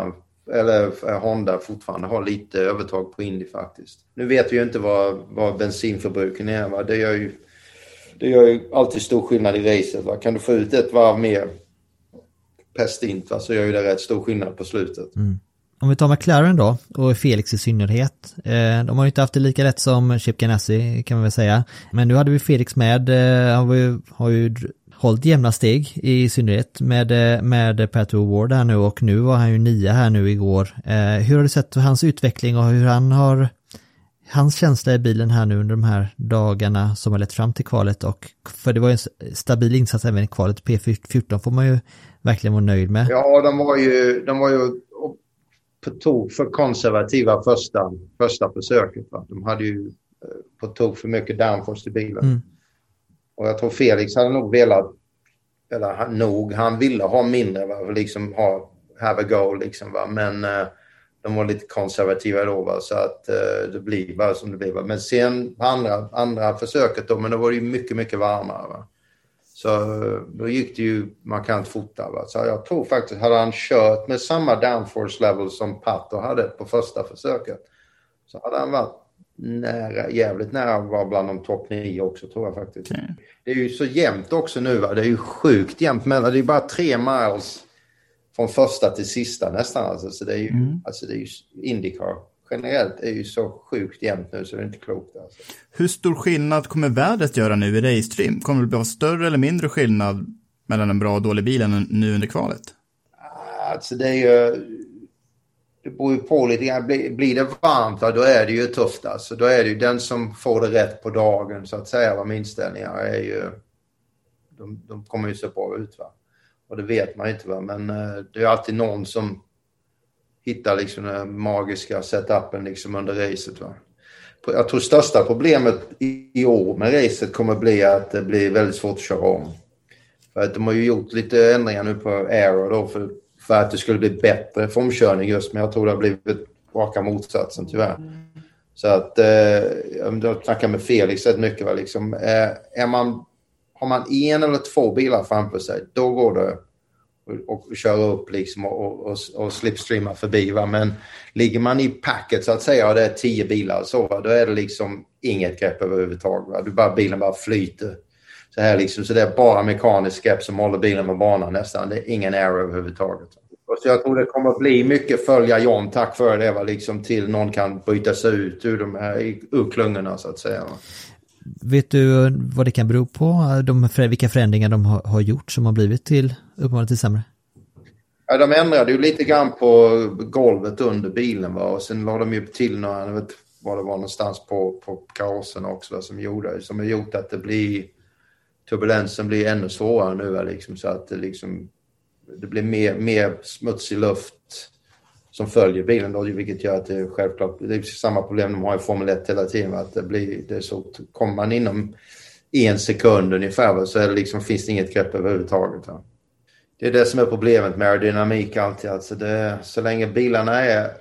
Honda fortfarande har lite övertag på Indy faktiskt. Nu vet vi ju inte vad bensinförbrukningen är. Va? Det gör ju alltid stor skillnad i racet. Va? Kan du få ut ett varv mer per stint, va? Så gör ju det rätt stor skillnad på slutet. Mm. Om vi tar McLaren då, och Felix i synnerhet. De har ju inte haft det lika lätt som Chip Ganassi kan man väl säga. Men nu hade vi Felix med. Han har ju hållit jämna steg i synnerhet med Pato O'Ward här nu, och nu var han ju 9 här nu igår. Hur har du sett hans utveckling och hur hans känsla i bilen här nu under de här dagarna som har lett fram till kvalet? Och för det var ju en stabil insats även i kvalet. P14 får man ju verkligen vara nöjd med. Ja, de var ju på tok för konservativa första försöket. Va? De hade ju på tok för mycket downforce i bilen. Mm. Och jag tror Felix hade nog velat, han ville ha mindre, va? Liksom have a go liksom, va? Men de var lite konservativa då, va? Så att det blir bara som det blir, va? Men sen på andra försöket då, men då var det ju mycket, mycket varmare, va? Så då gick det ju markant fortare, va? Så jag tror faktiskt, hade han kört med samma downforce level som Pato hade på första försöket, så hade han varit jävligt nära att vara bland de topp 9 också, tror jag faktiskt. Okay. Det är ju så jämnt också nu, va? Det är ju sjukt jämnt mellan, det är bara 3 miles från första till sista nästan, alltså. Så det är ju, alltså det är ju IndyCar generellt är ju så sjukt jämnt nu så det är inte klokt, alltså. Hur stor skillnad kommer vädret göra nu i racestream? Kommer det bli större eller mindre skillnad mellan en bra och dålig bil än nu under kvalet? Alltså det är ju, det beror ju på lite grann. Blir det varmt, då är det ju tufft, alltså. Då är det ju den som får det rätt på dagen, så att säga, vad inställningar är ju, de kommer ju så bra ut, va. Och det vet man inte, va. Men det är alltid någon som hittar liksom den magiska setupen liksom under racet, va. Jag tror största problemet i år med racet kommer bli att det blir väldigt svårt att köra om. För att de har ju gjort lite ändringar nu på Aero då för att det skulle bli bättre för omkörning just, men jag tror det har blivit raka motsatsen tyvärr. Så att jag snackar med Felix rätt mycket, va, liksom, har man 1 eller 2 bilar framför sig, då går det och köra upp liksom och slipstreama förbi, va? Men ligger man i packet så att säga och det är 10 bilar så, va? Då är det liksom inget grepp överhuvudtaget, va? Bilen bara flyter så här liksom, så det är bara mekanisk grepp som håller bilen på banan nästan, det är ingen aero överhuvudtaget. Och så jag tror det kommer bli mycket följa John tack för det, va? Liksom till någon kan bryta sig ut ur de här klungorna så att säga, va? Vet du vad det kan bero på? Vilka förändringar de har gjort som har blivit uppenbarligen till sämre? Ja, de ändrade ju lite grann på golvet under bilen, va? Och sen la de ju till några, jag vet vad det var någonstans på karossen också, va? Som har gjort att turbulensen blir ännu svårare nu, va? Liksom, så att det blir mer smutsig luft som följer bilen då, vilket gör att det är självklart, det är samma problem de har i Formel 1 hela tiden, att det är så, kommer man inom 1 sekund ungefär, så är det liksom, finns det inget grepp överhuvudtaget, va? Det är det som är problemet med aerodynamik alltid, alltså så länge bilarna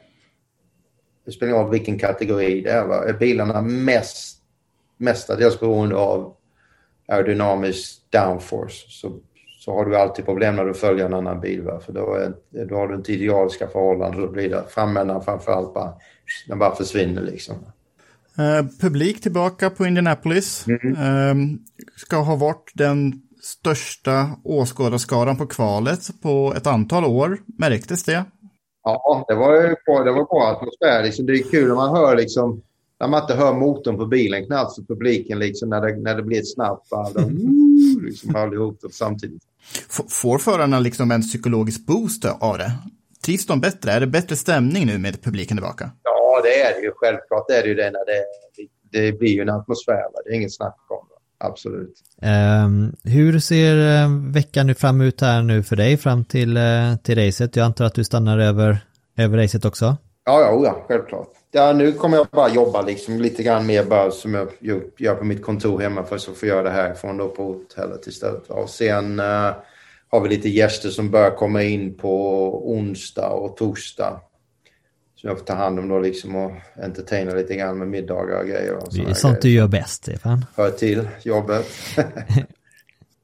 det spelar ingen roll vilken kategori det är, va? Är bilarna mestadels beroende av aerodynamisk downforce, så har du alltid problem när du följer en annan bil, va? För då har du inte idealiska förhållanden, då blir det framändan framförallt den bara försvinner liksom. Publik tillbaka på Indianapolis ska ha varit den största åskådarskaran på kvalet på ett antal år. Märktes det? Ja, det var bra atmosfär. Liksom, det är kul när man hör liksom, när man inte hör motorn på bilen knappt för publiken liksom, när det blir ett snabbt liksom allihop samtidigt. Får förarna liksom en psykologisk boost av det? Trivs de bättre? Är det bättre stämning nu med publiken tillbaka? Ja, det är det ju. Självklart är det ju det när det blir ju en atmosfär. Va? Det är inget snack om det. Absolut. Hur ser veckan nu fram ut här nu för dig fram till racet? Jag antar att du stannar över racet också? Ja, självklart. Ja, nu kommer jag bara jobba liksom lite grann mer bara som jag gör på mitt kontor hemma, för så får jag göra det här från då på hotellet istället. Och sen har vi lite gäster som börjar komma in på onsdag och torsdag. Så jag får ta hand om då liksom och entertaina lite grann med middagar och grejer. Och det är sånt grejer. Du gör bäst, Stefan. Hör till jobbet.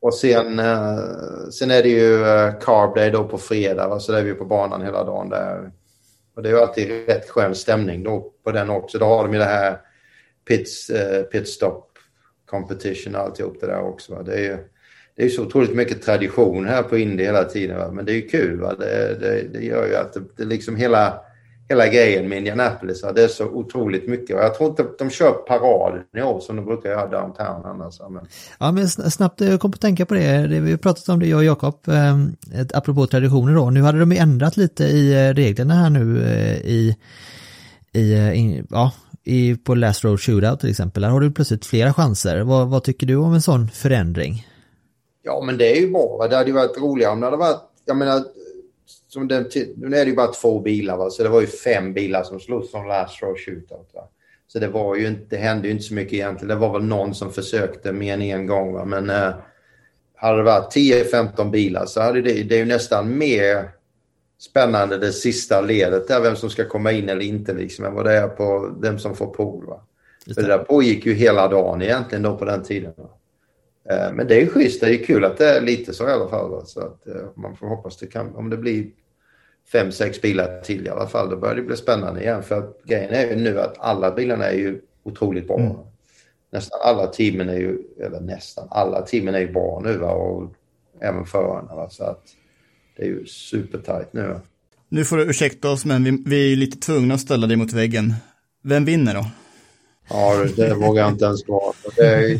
Och sen är det ju Carb Day då på fredag, va? Så där är vi på banan hela dagen där. Och det är ju alltid rätt skön stämning då på den också. Då har de ju det här pitstop competition och alltihop det där också. Va? Det är ju så otroligt mycket tradition här på Indy hela tiden. Va? Men det är ju kul. Va? Det gör ju att det liksom hela grejen med Indianapolis. Va? Det är så otroligt mycket. Och jag tror inte att de kör paraden i år som de brukar göra downtown annars. Men... Ja, men snabbt kom på att tänka på det. Vi har pratat om det, jag och Jakob, apropå traditioner då. Nu hade de ju ändrat lite i reglerna här nu på Last Row Shootout till exempel. Där har du plötsligt flera chanser. Vad tycker du om en sån förändring? Ja, men det är ju bra. Det hade ju varit roligare om det hade varit, jag menar, nu är det ju bara 2 bilar, va? Så det var ju 5 bilar som slogs som Last Row Shootout, va? Så det hände ju inte så mycket egentligen. Det var väl någon som försökte mer än en gång, va? Men hade det varit 10-15 bilar så hade det är ju nästan mer spännande det sista ledet där, vem som ska komma in eller inte liksom, än vad det är på vem som får pol, va? För det där pågick ju hela dagen egentligen då på den tiden, va? Men det är ju schysst, det är ju kul att det är lite så i alla fall, va? Så att man får hoppas det kan, om det blir 5-6 bilar till i alla fall, då börjar det bli spännande igen, för att grejen är ju nu att alla bilarna är ju otroligt bra. Nästan alla teamen är ju bra nu, va? Och även förarna, va? Så att det är ju supertajt nu, va? Nu får du ursäkta oss, men vi är lite tvungna att ställa dig mot väggen. Vem vinner då? Ja, det vågar jag inte ens svara på. Det är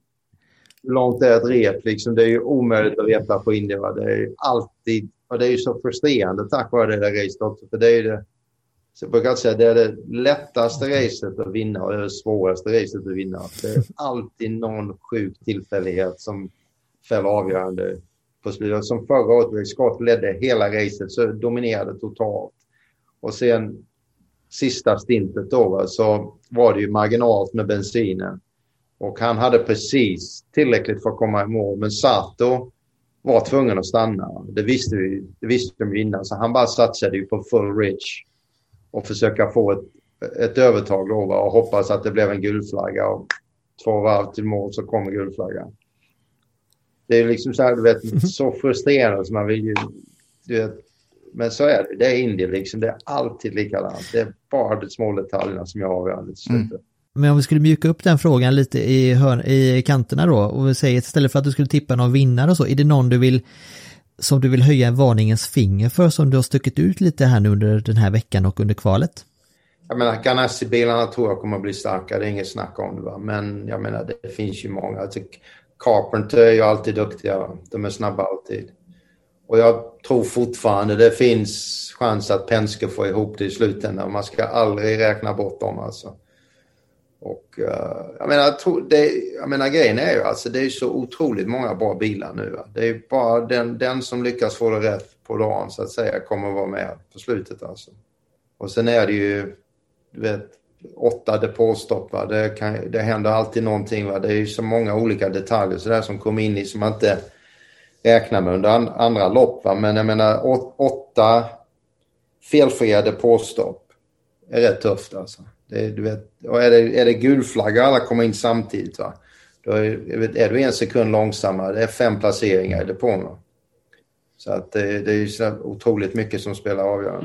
långt är ett rep liksom. Det är ju omöjligt att veta på Indy, va? Det är ju alltid, och det är ju så frustrerande tack vare det där racet också, för det är ju det, så jag brukar säga, det är det lättaste racet att vinna och det svåraste racet att vinna. Det är alltid någon sjuk tillfällighet som fäller avgörande på slutet. Som förra året, Scott ledde hela racet, så dominerade totalt. Och sen sista stintet då, va, så var det ju marginalt med bensinen. Och han hade precis tillräckligt för att komma i mål. Men Sato var tvungen att stanna. Det visste de innan. Så han bara satsade ju på full rich. Och försöka få ett övertag då, va, och hoppas att det blev en gulflagga. Och 2 varv till mål så kommer gulflaggan. Det är liksom så här, du vet, så frustrerande som man vill ju, du vet. Men så är det. Det är Indy liksom. Det är alltid likadant. Det är bara de små detaljerna som jag avgör lite slutet. Men om vi skulle mjuka upp den frågan lite i kanterna då, och vi säger istället för att du skulle tippa någon vinnare och så, är det någon som du vill höja en varningens finger för, som du har stuckit ut lite här nu under den här veckan och under kvalet? Jag menar, Ganassi-bilarna tror jag kommer att bli starka, det är inget snack om det, va? Men jag menar, det finns ju många. Alltså, Carpenter är ju alltid duktiga, de är snabba alltid. Och jag tror fortfarande det finns chans att Penske får ihop det i slutändan. Man ska aldrig räkna bort dem, alltså. Och jag menar grejen är ju, alltså, det är ju så otroligt många bra bilar nu, va? Det är ju bara den som lyckas få det rätt på dagen, så att säga, kommer att vara med på slutet, alltså. Och sen är det ju, du vet, 8 depåstopp, va? Det händer alltid någonting, va? Det är ju så många olika detaljer så där som kommer in i som man inte räknar med under andra lopp, va? Men jag menar 8 felfria depåstopp är rätt tufft, alltså. Du vet, och är det gulflagga alla kommer in samtidigt, va? Då är du 1 sekund långsammare. Det är 5 placeringar i depån, va? Så att det är ju så otroligt mycket som spelar avgörande.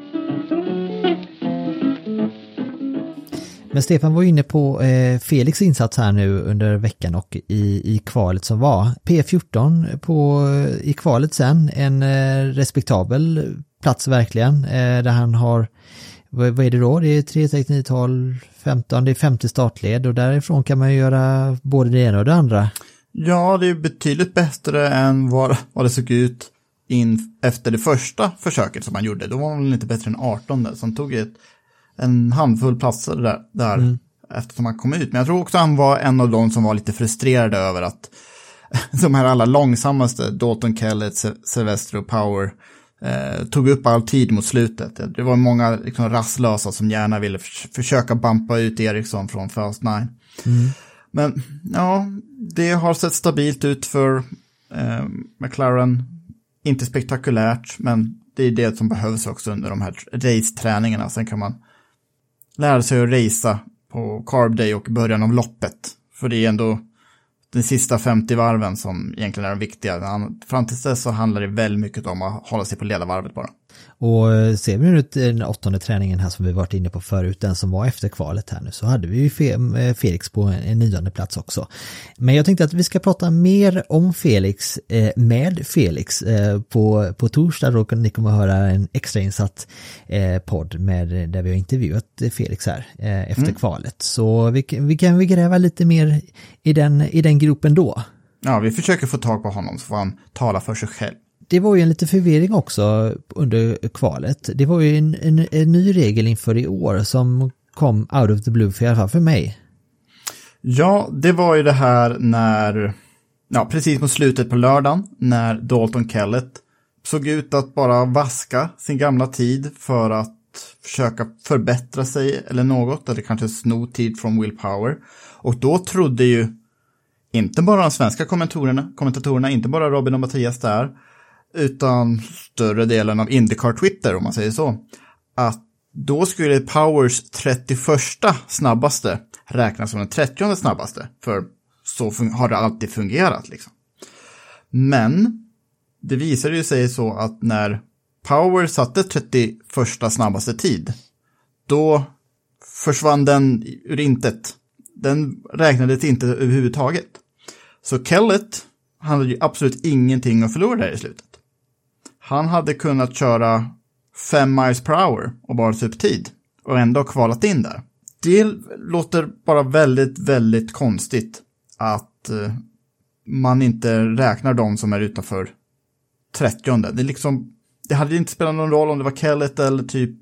Men Stefan var inne på Felix insats här nu under veckan och i kvalet som var. P14 i kvalet sen, en respektabel plats verkligen, där han har, vad är det då? Det är 3, 6, 9, 12, 15, det är 50 startled, och därifrån kan man ju göra både det ena och det andra. Ja, det är betydligt bättre än vad det såg ut efter det första försöket som han gjorde. Då var han lite bättre än 18, som tog en handfull platser där eftersom han kom ut. Men jag tror också han var en av de som var lite frustrerade över att de här alla långsammaste, Dalton Kellett, Silvestro, Power, tog upp all tid mot slutet. Det var många liksom rastlösa som gärna ville försöka bumpa ut Eriksson från Fast 9. Men ja, det har sett stabilt ut för McLaren. Inte spektakulärt, men det är det som behövs också under de här race-träningarna. Sen kan man lära sig att racea på Carb Day och början av loppet. För det är ändå de sista 50 varven som egentligen är de viktiga. Fram till dess så handlar det väldigt mycket om att hålla sig på ledarvarvet bara. Och ser vi nu den 8:e träningen här som vi varit inne på förut, den som var efter kvalet här nu, så hade vi ju Felix på en 9:e plats också. Men jag tänkte att vi ska prata mer om Felix med Felix på torsdag. Då ni kommer att höra en extrainsatt podd där vi har intervjuat Felix här efter kvalet. Så vi kan gräva lite mer i den gruppen då. Ja, vi försöker få tag på honom så får han tala för sig själv. Det var ju en lite förvirring också under kvalet. Det var ju en ny regel inför i år som kom out of the blue för i alla fall för mig. Ja, det var ju det här när, precis mot slutet på lördagen, när Dalton Kellett såg ut att bara vaska sin gamla tid för att försöka förbättra sig eller något, eller kanske sno tid från Will Power. Och då trodde ju inte bara de svenska kommentatorerna, inte bara Robin och Mattias där, utan större delen av IndyCar Twitter, om man säger så, att då skulle Powers 31:a snabbaste räknas som den 30:e snabbaste, för så har det alltid fungerat liksom. Men det visade ju sig så att när Powers satte 31:a snabbaste tid, då försvann den ur intet. Den räknades inte överhuvudtaget. Så Kellett hade ju absolut ingenting att förlora där i slutet. Han hade kunnat köra 5 miles per hour och bara ta upp tid och ändå kvalat in där. Det låter bara väldigt, väldigt konstigt att man inte räknar dem som är utanför 30:e. Det hade inte spelat någon roll om det var Kellett eller typ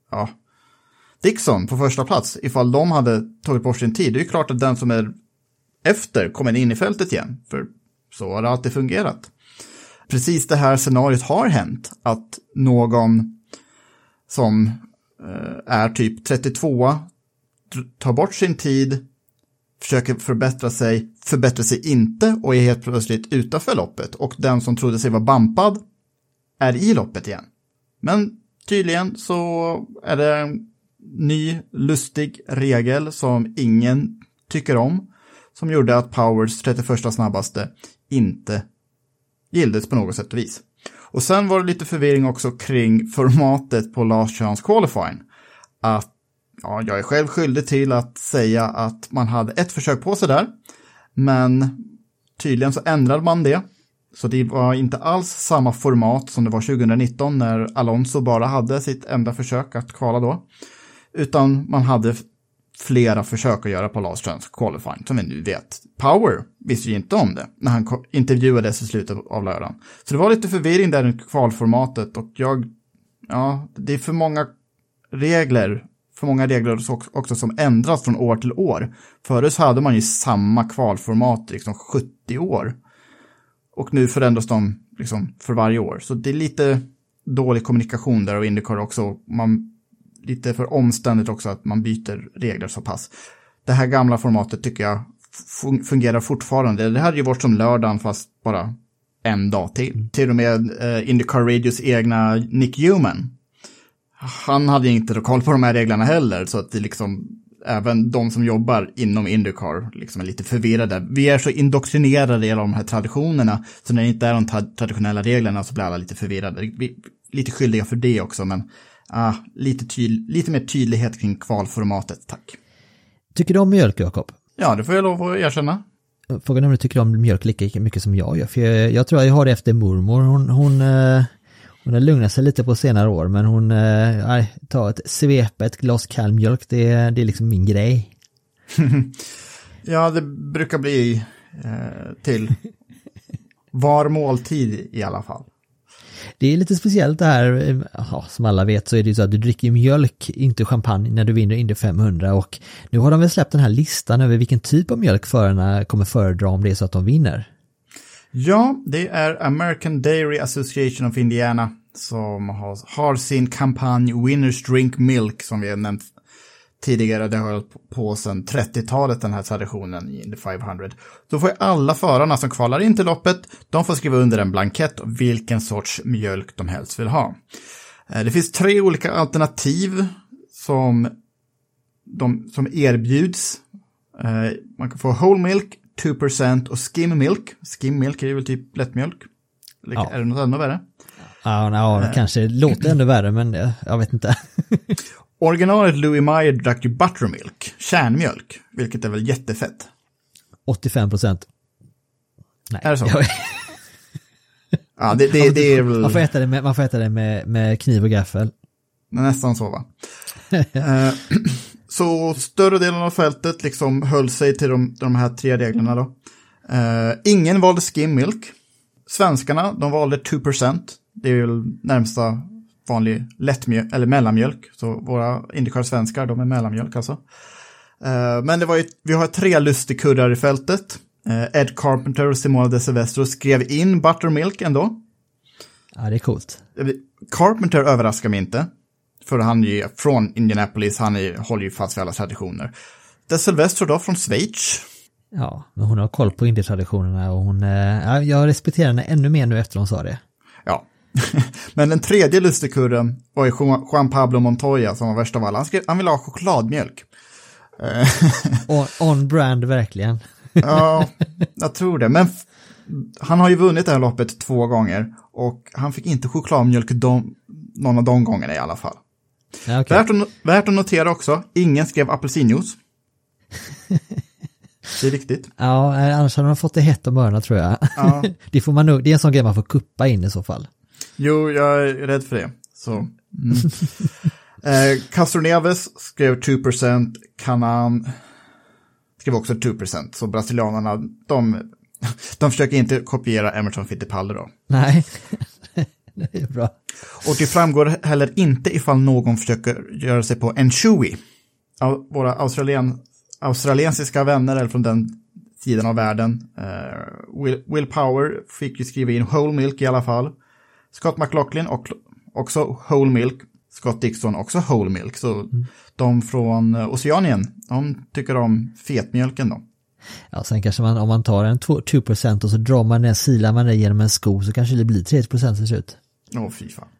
Dixon på första plats. Ifall de hade tagit bort sin tid, det är ju klart att den som är efter kommer in i fältet igen. För så har det alltid fungerat. Precis det här scenariot har hänt, att någon som är typ 32 tar bort sin tid, försöker förbättrar sig inte och är helt plötsligt utanför loppet, och den som trodde sig vara bampad är i loppet igen. Men tydligen så är det en ny lustig regel som ingen tycker om, som gjorde att Powers 31:a snabbaste inte gildes på något sätt och vis. Och sen var det lite förvirring också kring formatet på Last Chance Qualifying. Att jag är själv skyldig till att säga att man hade ett försök på sig där, men tydligen så ändrade man det. Så det var inte alls samma format som det var 2019 när Alonso bara hade sitt enda försök att kvala då. Utan man hade flera försök att göra på Last Chance Qualifying, som vi nu vet. Power visste ju inte om det när han intervjuades i slutet av lördagen. Så det var lite förvirring där i kvalformatet, och det är för många regler också som ändras från år till år. Förut så hade man ju samma kvalformat liksom 70 år. Och nu förändras de liksom för varje år. Så det är lite dålig kommunikation där, och IndyCar också. Lite för omständigt också att man byter regler så pass. Det här gamla formatet tycker jag fungerar fortfarande. Det här är ju varit som lördagen fast bara en dag till. Till och med IndyCar Radios egna Nick Human. Han hade inte koll på de här reglerna heller, så att det liksom, även de som jobbar inom IndyCar liksom är lite förvirrade. Vi är så indoktrinerade i alla de här traditionerna, så när det inte är de traditionella reglerna så blir alla lite förvirrade. Vi är lite skyldiga för det också, men lite mer tydlighet kring kvalformatet, tack. Tycker du om mjölk, Jakob? Ja, det får jag lov att erkänna. Frågan om du tycker om mjölk lika mycket som jag gör. För jag tror jag har det efter mormor. Hon har lugnat sig lite på senare år, men hon tar ett glas kall mjölk, det är liksom min grej. Ja, det brukar bli till var måltid i alla fall. Det är lite speciellt det här, som alla vet så är det så att du dricker mjölk, inte champagne, när du vinner Indy 500, och nu har de väl släppt den här listan över vilken typ av mjölk förarna kommer föredra om det är så att de vinner. Ja, det är American Dairy Association of Indiana som har sin kampanj Winners Drink Milk, som vi har nämnt tidigare. Det har hållit på sedan 30-talet, den här traditionen i Indy 500. Då får alla förarna som kvalar in till loppet, de får skriva under en blankett och vilken sorts mjölk de helst vill ha. Det finns 3 olika alternativ som erbjuds. Man kan få whole milk, 2% och Skim Milk. Skim Milk är väl typ lättmjölk. Ja. Är det något ännu värre? Ja, kanske låter ännu värre, men jag vet inte. Originalet Louis Meyer drack ju buttermilk, kärnmjölk, vilket är väl jättefett. 85%. Nej. Är det så? Ja, det är väl... Man får äta det med kniv och gaffel. Nästan så, va? Så större delen av fältet liksom höll sig till de här 3 reglerna då. Ingen valde skim milk. Svenskarna, de valde 2%. Det är ju närmsta vanlig lättmjölk eller mellanmjölk. Så våra Indycar-svenskar, de är mellanmjölk alltså. Men vi har 3 lustigkurrar i fältet. Ed Carpenter och Simona de Silvestro skrev in buttermilk ändå. Ja, det är coolt. Carpenter överraskar mig inte. För han är ju från Indianapolis, håller ju fast vid alla traditioner. De Silvestro då från Schweiz. Ja, men hon har koll på indie-traditionerna och jag respekterar henne ännu mer nu efter hon sa det. Ja, men den tredje lustigkurren var ju Juan Pablo Montoya som var värst av alla. Han ville ha chokladmjölk. On brand verkligen. Ja, jag tror det. Men han har ju vunnit det här loppet 2 gånger och han fick inte chokladmjölk någon av de gångerna i alla fall. Ja, okay. Värt att notera också, ingen skrev apelsinjuice. Det är viktigt. Ja, annars hade de fått det hett om öronen tror jag. Ja. Det är en sån grej man får kuppa in i så fall. Jo, jag är rädd för det. Så. Castro Neves skrev 2%, Canan skrev också 2%. Så brasilianerna, de försöker inte kopiera Emerson Fittipaldi då. Nej, det är bra. Och det framgår heller inte ifall någon försöker göra sig på Enshui. Våra australiensiska vänner eller från den sidan av världen. Will Power fick ju skriva in whole milk i alla fall. Scott McLaughlin också whole milk. Scott Dixon också whole milk. Så de från Oceanien, de tycker om fetmjölken då. Ja, sen kanske om man tar en 2% och så drar man den, silar man det genom en sko så kanske det blir 3% till slut. Fy fan.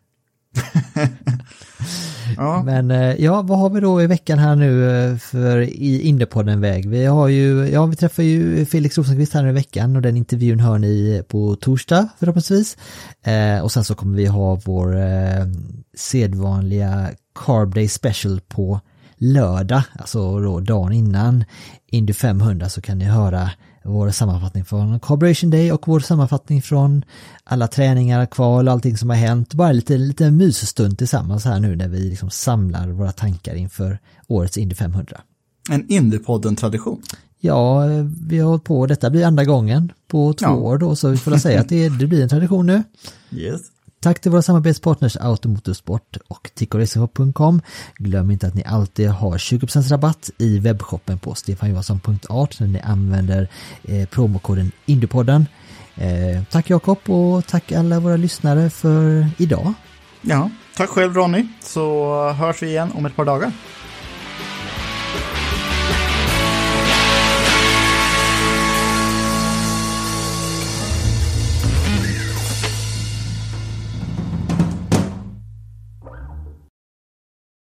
Ja. Men vad har vi då i veckan här nu för i Indypodden-väg? Vi träffar ju Felix Rosenqvist här nu i veckan och den intervjun hör ni på torsdag förhoppningsvis. Och sen så kommer vi ha vår sedvanliga Carb Day Special på lördag, alltså då dagen innan Indy 500, så kan ni höra vår sammanfattning från Carburation Day och vår sammanfattning från alla träningar, kval och allting som har hänt. Bara lite mysstund tillsammans här nu när vi liksom samlar våra tankar inför årets Indy 500. En Indypodden-tradition. Ja, vi har hållit på. Detta blir andra gången på 2 år då, så vi får säga att det blir en tradition nu. Yes. Tack till våra samarbetspartners Automotorsport och TicoRacing.com. Glöm inte att ni alltid har 20% rabatt i webbshoppen på stefanjohansson.art när ni använder promokoden Indypodden. Tack Jakob och tack alla våra lyssnare för idag. Ja, tack själv Ronny, så hörs vi igen om ett par dagar.